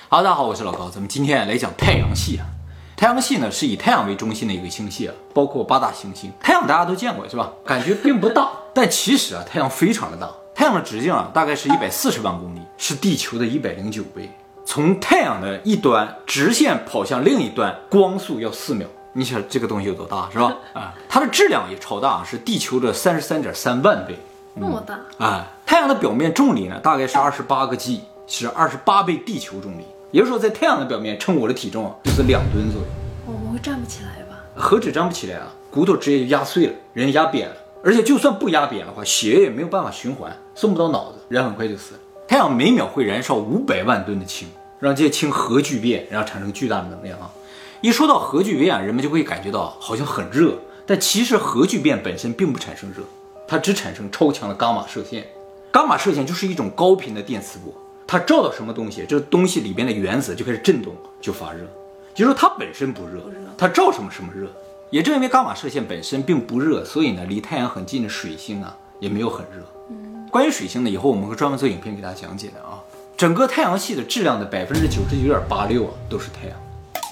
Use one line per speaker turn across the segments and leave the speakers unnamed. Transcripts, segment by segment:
大家好，我是老高，咱们今天来讲太阳系啊。太阳系呢是以太阳为中心的一个星系啊，包括8大行星。太阳大家都见过是吧？感觉并不大，但其实啊，太阳非常的大。太阳的直径啊大概是140万公里，是地球的109倍。从太阳的一端直线跑向另一端，光速要4秒。你想这个东西有多大是吧？它的质量也超大，是地球的33.3万倍。
那么大
太阳的表面重力呢大概是28个 G， 是28倍地球重力。也就是说，在太阳的表面称我的体重就是2吨左右。
我们会站不起来吧？
何止站不起来啊，骨头直接就压碎了，人压扁了。而且就算不压扁的话，血液也没有办法循环，送不到脑子，人很快就死了。太阳每秒会燃烧500万吨的氢，让这些氢核聚变，然后产生巨大的能量啊。一说到核聚变，人们就会感觉到好像很热，但其实核聚变本身并不产生热，它只产生超强的伽马射线。伽马射线就是一种高频的电磁波，它照到什么东西，这个东西里边的原子就开始震动，就发热。也就是说它本身不热，它照什么热。也正因为伽马射线本身并不热，所以呢，离太阳很近的水星啊也没有很热。关于水星呢，以后我们会专门做影片给大家讲解的啊。整个太阳系的质量的99.86%啊都是太阳。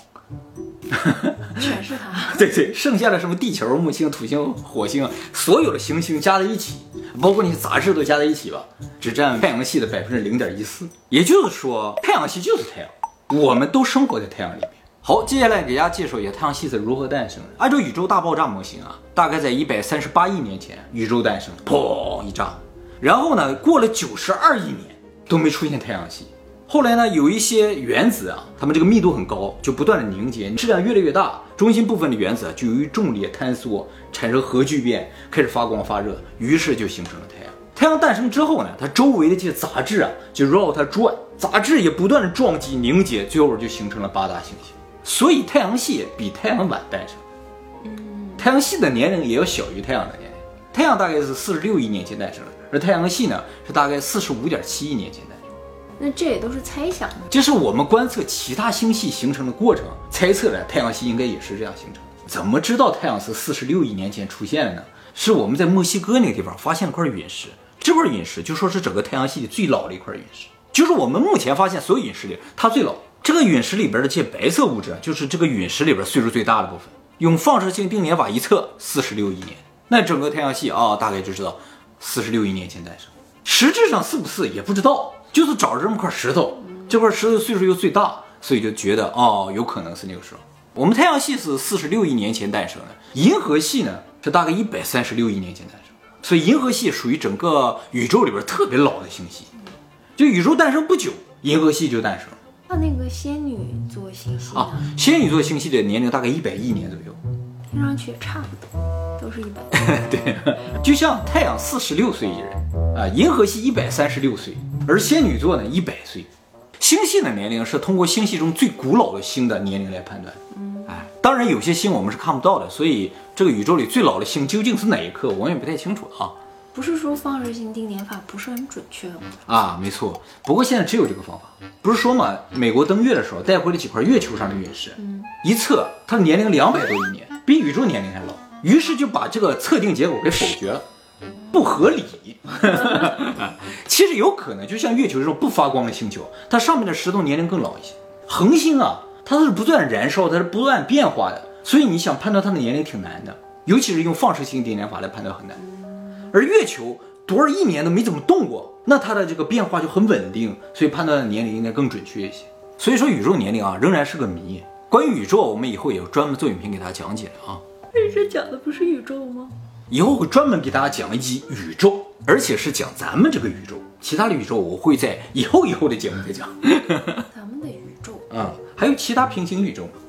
全是它。
对，剩下的什么地球、木星、土星、火星，所有的行星加在一起，包括那些杂质都加在一起吧，只占太阳系的0.14%。也就是说，太阳系就是太阳，我们都生活在太阳里面。好，接下来给大家介绍一下太阳系是如何诞生的。按照宇宙大爆炸模型啊，大概在138亿年前，宇宙诞生，砰一炸，然后呢，过了92亿年都没出现太阳系。后来呢，有一些原子啊，它们这个密度很高，就不断的凝结，质量越来越大，中心部分的原子就由于重力坍缩，产生核聚变，开始发光发热，于是就形成了太阳。太阳诞生之后呢，它周围的这些杂质啊，就绕它转，杂质也不断的撞击凝结，最后就形成了8大行星。所以太阳系比太阳晚诞生。太阳系的年龄也要小于太阳的年龄。太阳大概是46亿年前诞生的，而太阳系呢是大概45.7亿年前诞生。
那这也都是猜想的，
这是我们观测其他星系形成的过程，猜测的太阳系应该也是这样形成的。怎么知道太阳是46亿年前出现的呢？是我们在墨西哥那个地方发现了块陨石，这块陨石就说是整个太阳系里最老的一块陨石，就是我们目前发现所有陨石里它最老。这个陨石里边的这些白色物质就是这个陨石里边岁数最大的部分。用放射性定年法一测，46亿年，那整个太阳系啊，大概就知道46亿年前诞生。实质上是不是也不知道，就是找着这么块石头，这块石头岁数又最大，所以就觉得哦，有可能是那个时候。我们太阳系是46亿年前诞生的，银河系呢是大概136亿年前诞生，所以银河系属于整个宇宙里边特别老的星系。就宇宙诞生不久，银河系就诞生了。
那个仙女座星系
啊，仙女座星系的年龄大概100亿年左右，
听上去也差不多，都是100。
对，就像太阳46岁一人啊，银河系136岁，而仙女座呢100岁。星系的年龄是通过星系中最古老的星的年龄来判断。当然有些星我们是看不到的，所以这个宇宙里最老的星究竟是哪一颗，我们也不太清楚啊。
不是说放射性定年法不是很准确吗？
啊，没错。不过现在只有这个方法。不是说嘛，美国登月的时候带回了几块月球上的陨石，一测它的年龄200多亿年，比宇宙年龄还老，于是就把这个测定结果给否决了，不合理。其实有可能，就像月球这种不发光的星球，它上面的石头年龄更老一些。恒星啊，它是不断燃烧，它是不断变化的，所以你想判断它的年龄挺难的，尤其是用放射性定年法来判断很难。而月球多少亿年都没怎么动过，那它的这个变化就很稳定，所以判断的年龄应该更准确一些。所以说宇宙年龄啊仍然是个谜。关于宇宙，我们以后也专门做影片给大家讲解的啊。
这讲的不是宇宙吗？
以后会专门给大家讲一集宇宙，而且是讲咱们这个宇宙，其他的宇宙我会在以后的节目再讲。
咱们的宇宙
还有其他平行宇宙。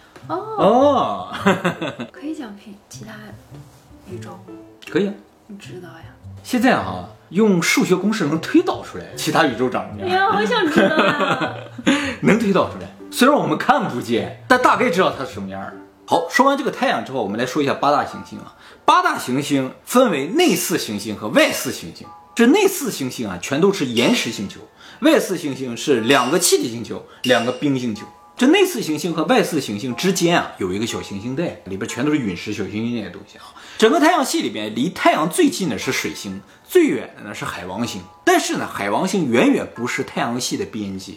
可以讲其他宇宙，
可以啊。
你知道呀？
现在用数学公式能推导出来其他宇宙长什么样。
哎呀，我想知道呀。
能推导出来，虽然我们看不见，但大概知道它是什么样的。好，说完这个太阳之后，我们来说一下8大行星啊。8大行星分为内四行星和外四行星。这内四行星啊，全都是岩石星球；外四行星是2个气体星球，2个冰星球。这内四行星和外四行星之间啊，有一个小行星带，里边全都是陨石、小行星这些东西啊。整个太阳系里边，离太阳最近的是水星，最远的呢是海王星。但是呢，海王星远远不是太阳系的边界。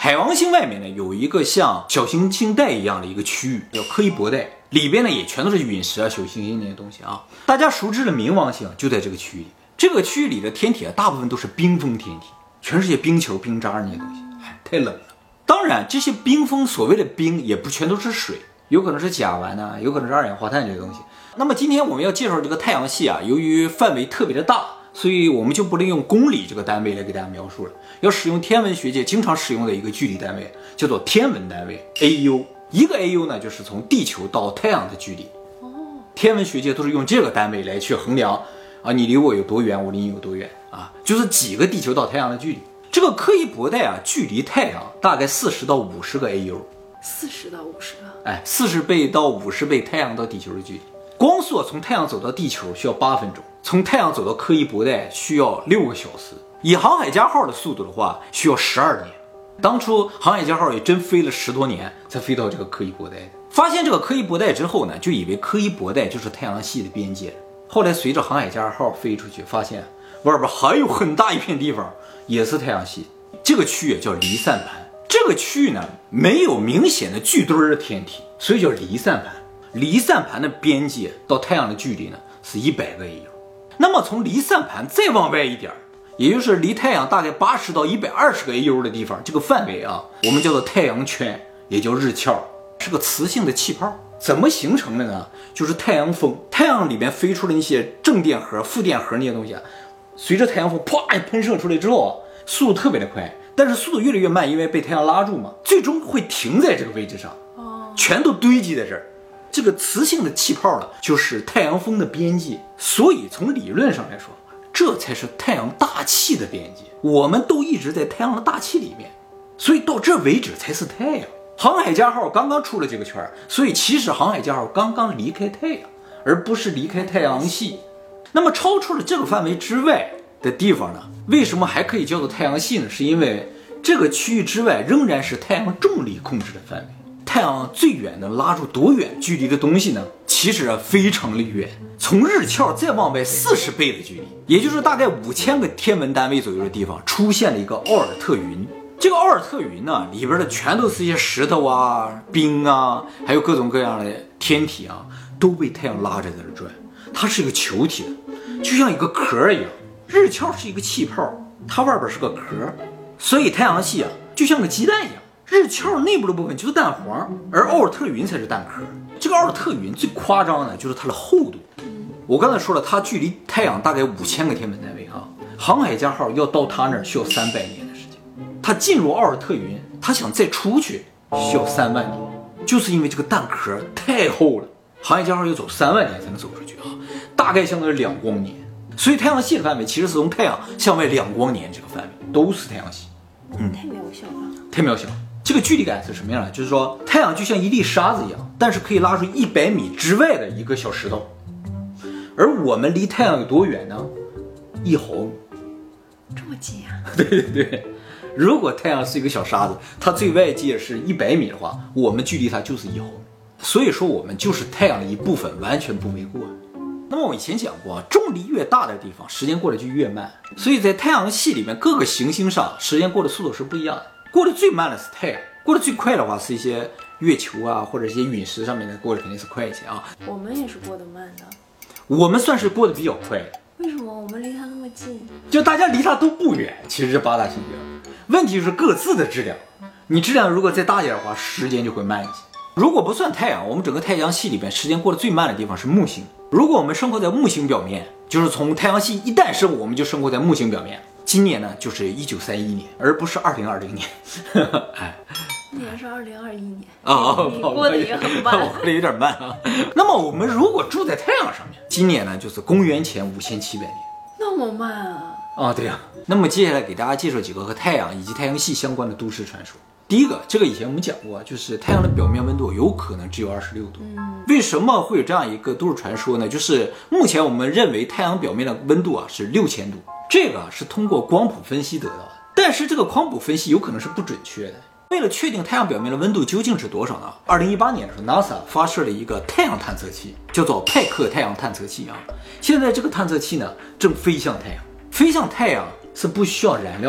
海王星外面呢有一个像小行星带一样的一个区域，叫柯伊伯带，里边呢也全都是陨石啊、小行星那些东西啊。大家熟知的冥王星就在这个区域里。这个区域里的天体啊，大部分都是冰封天体，全是些冰球、冰渣那些东西，太冷了。当然，这些冰封所谓的冰也不全都是水，有可能是甲烷啊，有可能是二氧化碳这些东西。那么今天我们要介绍这个太阳系啊，由于范围特别的大，所以我们就不能用公里这个单位来给大家描述了，要使用天文学界经常使用的一个距离单位，叫做天文单位 AU。一个 AU 呢，就是从地球到太阳的距离。天文学界都是用这个单位来去衡量啊，你离我有多远，我离你有多远啊，就是几个地球到太阳的距离。这个柯伊伯带啊，距离太阳大概40到50个 AU。
40到50个
，40倍到50倍太阳到地球的距离。光速从太阳走到地球需要8分钟，从太阳走到柯伊伯带需要6个小时。以航海家号的速度的话，需要12年。当初航海家号也真飞了10多年才飞到这个柯伊伯带的。发现这个柯伊伯带之后呢，就以为柯伊伯带就是太阳系的边界。后来随着航海家号飞出去，发现外边还有很大一片地方也是太阳系，这个区域叫离散盘。这个区域呢，没有明显的聚堆的天体，所以叫离散盘。离散盘的边界到太阳的距离呢是100个 AU。那么从离散盘再往外一点，也就是离太阳大概80到120个 AU 的地方，这个范围啊，我们叫做太阳圈，也叫日鞘，是个磁性的气泡。怎么形成的呢？就是太阳风，太阳里面飞出的那些正电荷、负电荷那些东西啊，随着太阳风啪喷射出来之后啊，速度特别的快，但是速度越来越慢，因为被太阳拉住嘛，最终会停在这个位置上，全都堆积在这儿。这个磁性的气泡呢，就是太阳风的边界，所以从理论上来说，这才是太阳大气的边界。我们都一直在太阳的大气里面，所以到这为止才是太阳。航海家号刚刚出了这个圈，所以其实航海家号刚刚离开太阳，而不是离开太阳系。那么超出了这个范围之外的地方呢，为什么还可以叫做太阳系呢？是因为这个区域之外仍然是太阳重力控制的范围。太阳最远能拉住多远距离的东西呢？其实非常的远，从日鞘再往外40倍的距离，也就是大概5000个天文单位左右的地方，出现了一个奥尔特云。这个奥尔特云呢，里边的全都是一些石头啊、冰啊，还有各种各样的天体啊，都被太阳拉着在这转。它是一个球体的，就像一个壳一样。日鞘是一个气泡，它外边是个壳，所以太阳系啊，就像个鸡蛋一样。日鞘内部的部分就是蛋黄，而奥尔特云才是蛋壳。这个奥尔特云最夸张的就是它的厚度。我刚才说了，它距离太阳大概5000个天文单位啊，航海家号要到它那儿需要300年的时间。它进入奥尔特云，它想再出去需要3万年，就是因为这个蛋壳太厚了，航海家号要走3万年才能走出去啊，大概相当于2光年。所以太阳系的范围其实是从太阳向外2光年这个范围都是太阳系。
太渺小了，
太渺小了。这个距离感是什么样的？就是说太阳就像一粒沙子一样，但是可以拉出100米之外的一个小石头。而我们离太阳有多远呢？1毫米。
这么近啊？
对对对，如果太阳是一个小沙子，它最外界是100米的话，我们距离它就是1毫米。所以说我们就是太阳的一部分，完全不为过。那么我以前讲过，重力越大的地方，时间过得就越慢。所以在太阳系里面各个行星上，时间过的速度是不一样的。过得最慢的是太阳，过得最快的话是一些月球啊，或者一些陨石上面的，过得肯定是快一些啊。
我们也是过得慢的。
我们算是过得比较快。
为什么我们离它那么近？
就大家离它都不远，其实这8大行星，问题就是各自的质量。你质量如果再大点的话，时间就会慢一些。如果不算太阳，我们整个太阳系里边时间过得最慢的地方是木星。如果我们生活在木星表面，就是从太阳系一诞生，我们就生活在木星表面。今年呢就是1931年，而不是2020年。哎，
今年是2021年
啊，
你过得也很慢，
我过得有点慢啊。那么我们如果住在太阳上面，今年呢就是公元前5700年，
那么慢啊？
啊，对呀。那么接下来给大家介绍几个和太阳以及太阳系相关的都市传说。第一个，这个以前我们讲过，就是太阳的表面温度有可能只有26度。为什么会有这样一个都市传说呢？就是目前我们认为太阳表面的温度啊是6000度，这个是通过光谱分析得到的，但是这个光谱分析有可能是不准确的。为了确定太阳表面的温度究竟是多少呢？2018年的时候 ，NASA 发射了一个太阳探测器，叫做派克太阳探测器啊。现在这个探测器呢正飞向太阳，飞向太阳是不需要燃料的，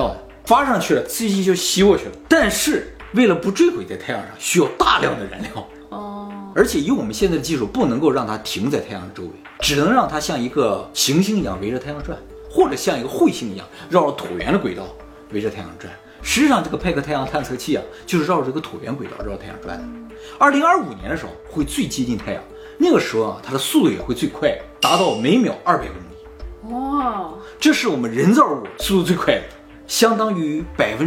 发上去了，自己就吸过去了。但是为了不坠毁在太阳上，需要大量的燃料。而且以我们现在的技术，不能够让它停在太阳的周围，只能让它像一个行星一样围着太阳转，或者像一个彗星一样绕着椭圆的轨道围着太阳转。实际上，这个佩克太阳探测器啊，就是绕着这个椭圆轨道绕着太阳转的。2025年的时候会最接近太阳，那个时候啊，它的速度也会最快，达到每秒200公里。
哇，
这是我们人造物速度最快的，相当于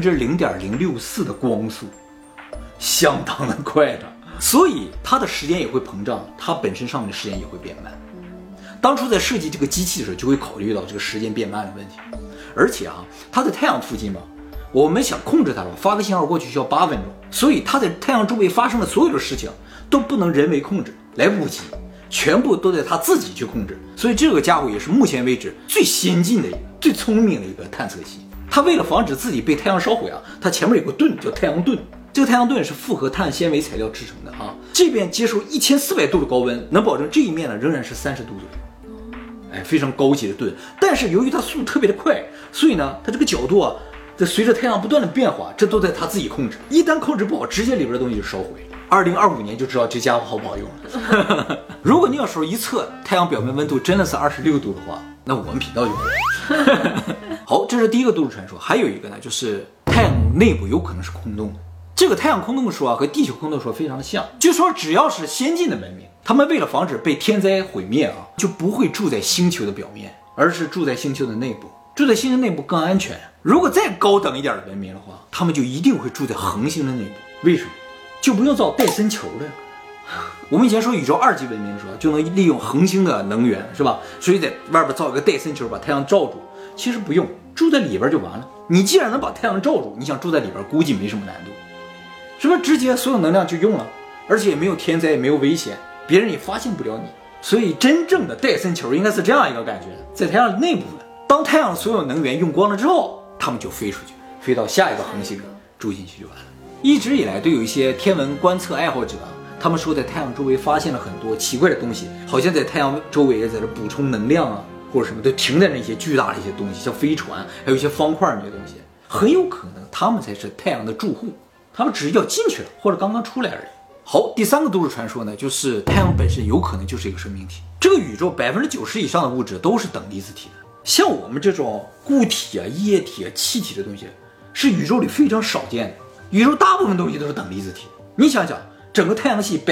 0.064%的光速，相当的快的。所以它的时间也会膨胀，它本身上面的时间也会变慢。当初在设计这个机器的时候，就会考虑到这个时间变慢的问题。而且啊，它在太阳附近嘛，我们想控制它的话，发个信号过去需要8分钟，所以它在太阳周围发生的所有的事情都不能人为控制，来不及，全部都得它自己去控制。所以这个家伙也是目前为止最先进的、最聪明的一个探测器。它为了防止自己被太阳烧毁啊，它前面有个盾叫太阳盾。这个太阳盾是复合碳纤维材料制成的啊，这边接受1400度的高温，能保证这一面呢仍然是30度左右，非常高级的盾。但是由于它速度特别的快，所以呢，它这个角度啊，在随着太阳不断的变化，这都在它自己控制。一旦控制不好，直接里边的东西就烧毁了。2025年就知道这家伙好不好用了。如果你要时候一测太阳表面温度真的是26度的话，那我们频道就火了。好，这是第一个都市传说。还有一个呢，就是太阳内部有可能是空洞的。这个太阳空洞说啊，和地球空洞说非常的像，就说只要是先进的文明，他们为了防止被天灾毁灭啊，就不会住在星球的表面，而是住在星球的内部。住在星球内部更安全。如果再高等一点的文明的话，他们就一定会住在恒星的内部。为什么？就不用造戴森球了。我们以前说宇宙2级文明的时候，就能利用恒星的能源，是吧？所以在外边造一个戴森球，把太阳罩住。其实不用，住在里边就完了。你既然能把太阳罩住，你想住在里边估计没什么难度。是不是直接所有能量就用了，而且也没有天灾，也没有危险，别人也发现不了你。所以真正的戴森球应该是这样一个感觉，在太阳内部的，当太阳所有能源用光了之后，他们就飞出去，飞到下一个恒星住进去就完了。一直以来都有一些天文观测爱好者，他们说在太阳周围发现了很多奇怪的东西，好像在太阳周围在这补充能量啊，或者什么都停在那些巨大的一些东西，像飞船，还有一些方块那些东西，很有可能他们才是太阳的住户。他们只是要进去了，或者刚刚出来而已。好，第三个都市传说呢，就是太阳本身有可能就是一个生命体。这个宇宙90%以上的物质都是等离子体的，像我们这种固体啊、液体啊、气体的东西，是宇宙里非常少见的。宇宙大部分东西都是等离子体。你想想，整个太阳系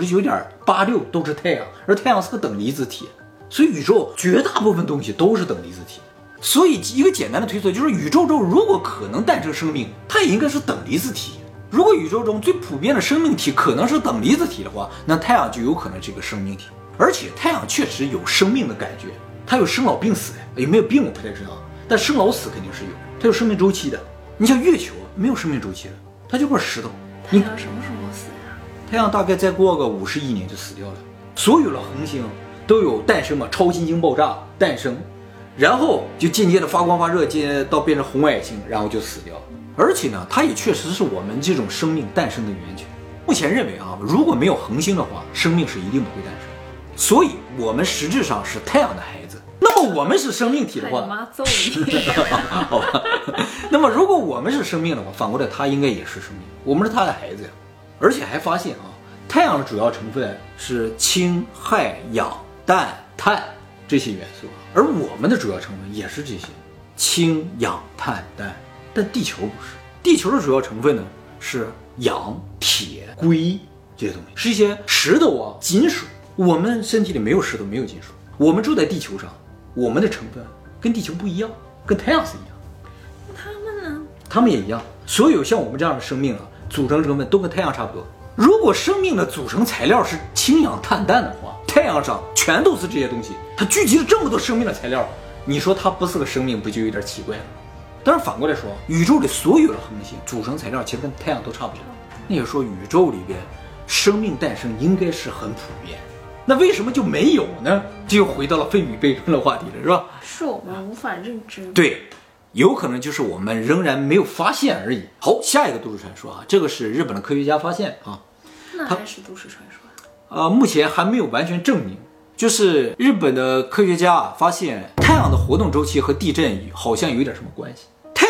99.86%都是太阳，而太阳是个等离子体，所以宇宙绝大部分东西都是等离子体。所以一个简单的推测就是，宇宙中如果可能诞生生命，它也应该是等离子体。如果宇宙中最普遍的生命体可能是等离子体的话，那太阳就有可能是一个生命体。而且太阳确实有生命的感觉，它有生老病死，有没有病我不太知道，但生老死肯定是有，它有生命周期的。你像月球没有生命周期的，它就块石头。
太阳什么时候死呀？
太阳大概再过个50亿年就死掉了。所有的恒星都有诞生嘛，超新星爆炸诞生，然后就间接的发光发热，间接到变成红矮星，然后就死掉了。而且呢，它也确实是我们这种生命诞生的源泉。目前认为啊，如果没有恒星的话，生命是一定不会诞生。所以我们实质上是太阳的孩子。那么我们是生命体的话，
我妈揍你。
好吧。那么如果我们是生命的话，反过来它应该也是生命，我们是它的孩子呀。而且还发现啊，太阳的主要成分是氢、氦、氧、氮、碳这些元素，而我们的主要成分也是这些氢、氧、碳、氮。但地球不是，地球的主要成分呢是氧、铁、硅这些东西，是一些石头啊、金属。我们身体里没有石头，没有金属。我们住在地球上，我们的成分跟地球不一样，跟太阳是一样。
他们呢？
他们也一样。所有像我们这样的生命啊，组成成分都跟太阳差不多。如果生命的组成材料是氢、氧、碳、氮的话，太阳上全都是这些东西，它聚集了这么多生命的材料，你说它不是个生命，不就有点奇怪了？但是反过来说，宇宙里所有的恒星组成材料其实跟太阳都差不多。那也说宇宙里边生命诞生应该是很普遍，那为什么就没有呢？这又回到了费米悖论的话题了，是吧？
是我们无法认知。
对，有可能就是我们仍然没有发现而已。好，下一个都市传说啊，这个是日本的科学家发现啊，
那还是都市传说
目前还没有完全证明。就是日本的科学家发现太阳的活动周期和地震好像有点什么关系。太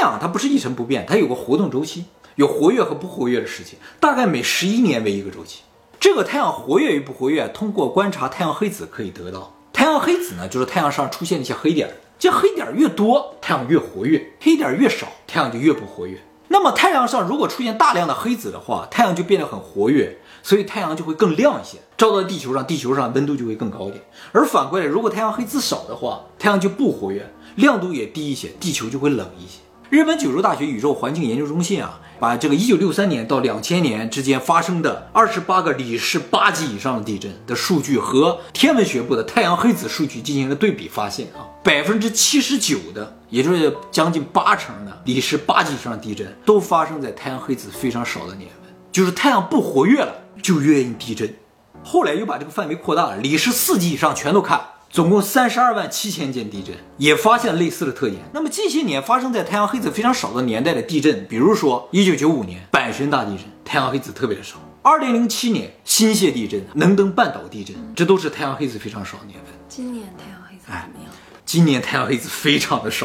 阳它不是一成不变，它有个活动周期，有活跃和不活跃的时期，大概每11年为一个周期。这个太阳活跃与不活跃，通过观察太阳黑子可以得到。太阳黑子呢，就是太阳上出现一些黑点，这黑点越多，太阳越活跃；黑点越少，太阳就越不活跃。那么太阳上如果出现大量的黑子的话，太阳就变得很活跃，所以太阳就会更亮一些，照到地球上，地球上温度就会更高一点。而反过来，如果太阳黑子少的话，太阳就不活跃，亮度也低一些，地球就会冷一些。日本九州大学宇宙环境研究中心把这个1963年到2000年之间发生的28个里氏8级以上的地震的数据和天文学部的太阳黑子数据进行了对比，发现79%的，也就是将近80%的里氏8级以上的地震都发生在太阳黑子非常少的年份，就是太阳不活跃了就越易地震。后来又把这个范围扩大了，里氏4级以上全都看，总共327000件地震，也发现类似的特点。那么近些年发生在太阳黑子非常少的年代的地震，比如说1995年阪神大地震，太阳黑子特别的少；2007年新泻地震、能登半岛地震，这都是太阳黑子非常少的年份。
今年太阳黑子怎么样？
今年太阳黑子非常的少。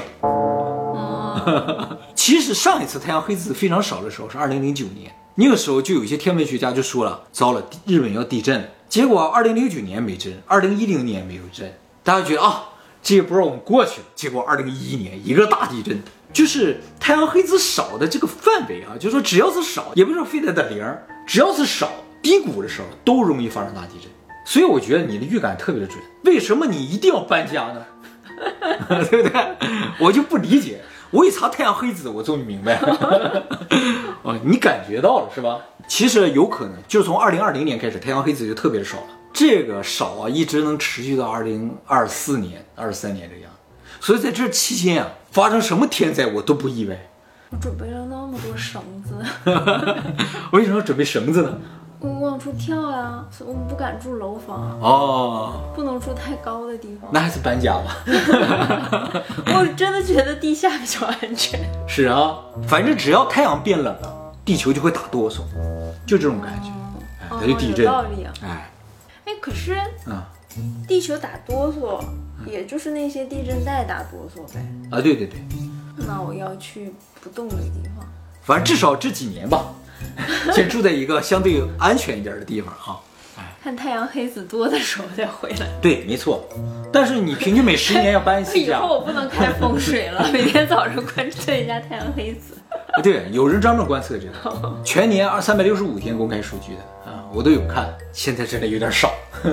其实上一次太阳黑子非常少的时候是2009年，那个时候就有一些天文学家就说了，糟了，日本要地震了。结果2009年没震，2010年没有震，大家觉得这一波我们过去了。结果2011年一个大地震，就是太阳黑子少的这个范围就是说只要是少，也不是说非得在零，只要是少低谷的时候都容易发生大地震。所以我觉得你的预感特别的准。为什么你一定要搬家呢？对不对？我就不理解。我一查太阳黑子，我终于明白了。你感觉到了是吧？其实有可能就从2020年开始，太阳黑子就特别少了。这个少一直能持续到2024年、23年这个样子。所以在这期间发生什么天灾我都不意外。
我准备了那么多绳子。
为什么要准备绳子呢？
我往出跳呀，我们不敢住楼房不能住太高的地方。
那还是搬家吧。
我真的觉得地下比较安全。
是啊，反正只要太阳变冷了，地球就会打哆嗦，就这种感觉。它就地震。
有道理可是地球打哆嗦，也就是那些地震带打哆嗦呗。
对对对。
那我要去不动的地方。
反正至少这几年吧。先住在一个相对安全一点的地方
看太阳黑子多的时候再回来。
对，没错。但是你平均每10年要搬一次家。
以后我不能开风水了，每天早上观测一下太阳黑子。
对，有人专门观测这个，全年365天公开数据的我都有看。现在真的有点少。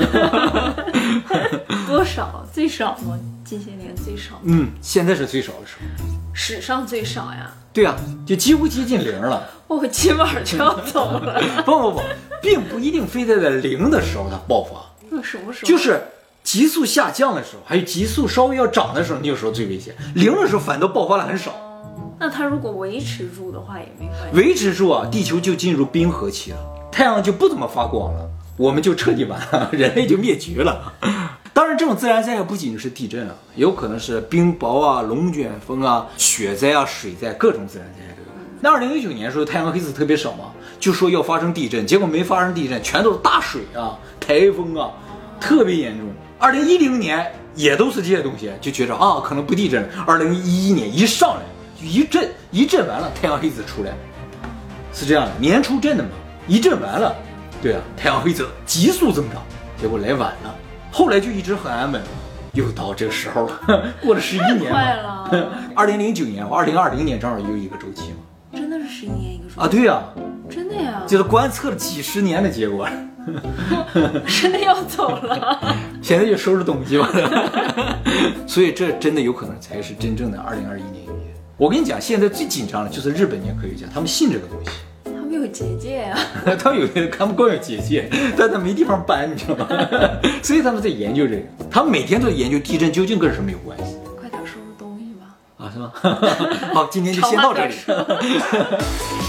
多少？最少吗？近些年最少。
现在是最少的时候。
史上最少呀。
对就几乎接近0了。
我今晚就要走了。
不，并不一定非得在0的时候它爆发。
那什么时候？
就是急速下降的时候，还有急速稍微要涨的时候，那个时候最危险。0的时候反倒爆发的很少。
那它如果维持住的话也没关系。
维持住地球就进入冰河期了，太阳就不怎么发光了，我们就彻底完了，人类就灭绝了。当然，这种自然灾害不仅是地震有可能是冰雹龙卷风雪灾水灾，各种自然灾害都有。那2019年的时候，太阳黑子特别少嘛，就说要发生地震，结果没发生地震，全都是大水台风特别严重。2010年也都是这些东西，就觉着可能不地震了。2011年一上来就一震完了，太阳黑子出来，是这样的，年初震的嘛，一震完了，对太阳黑子急速增长，结果来晚了，后来就一直很安稳，又到这个时候了，过了11年
快了。
2009年和2020年正好有一个周期嘛。
真的是11年一个周期
对
真的呀，
就是观测了几10年的结果。
真的要走了。
现在就收拾东西吧。所以这真的有可能才是真正的2021年1月。我跟你讲，现在最紧张的就是日本年科学家，他们信这个东西。
他们有结界
他们光有结界，但他没地方搬，你知道吗？所以他们在研究这个，他们每天都在研究地震究竟跟什么有关系。
快点收拾东西吧。
是吗？好，今天就先到这里。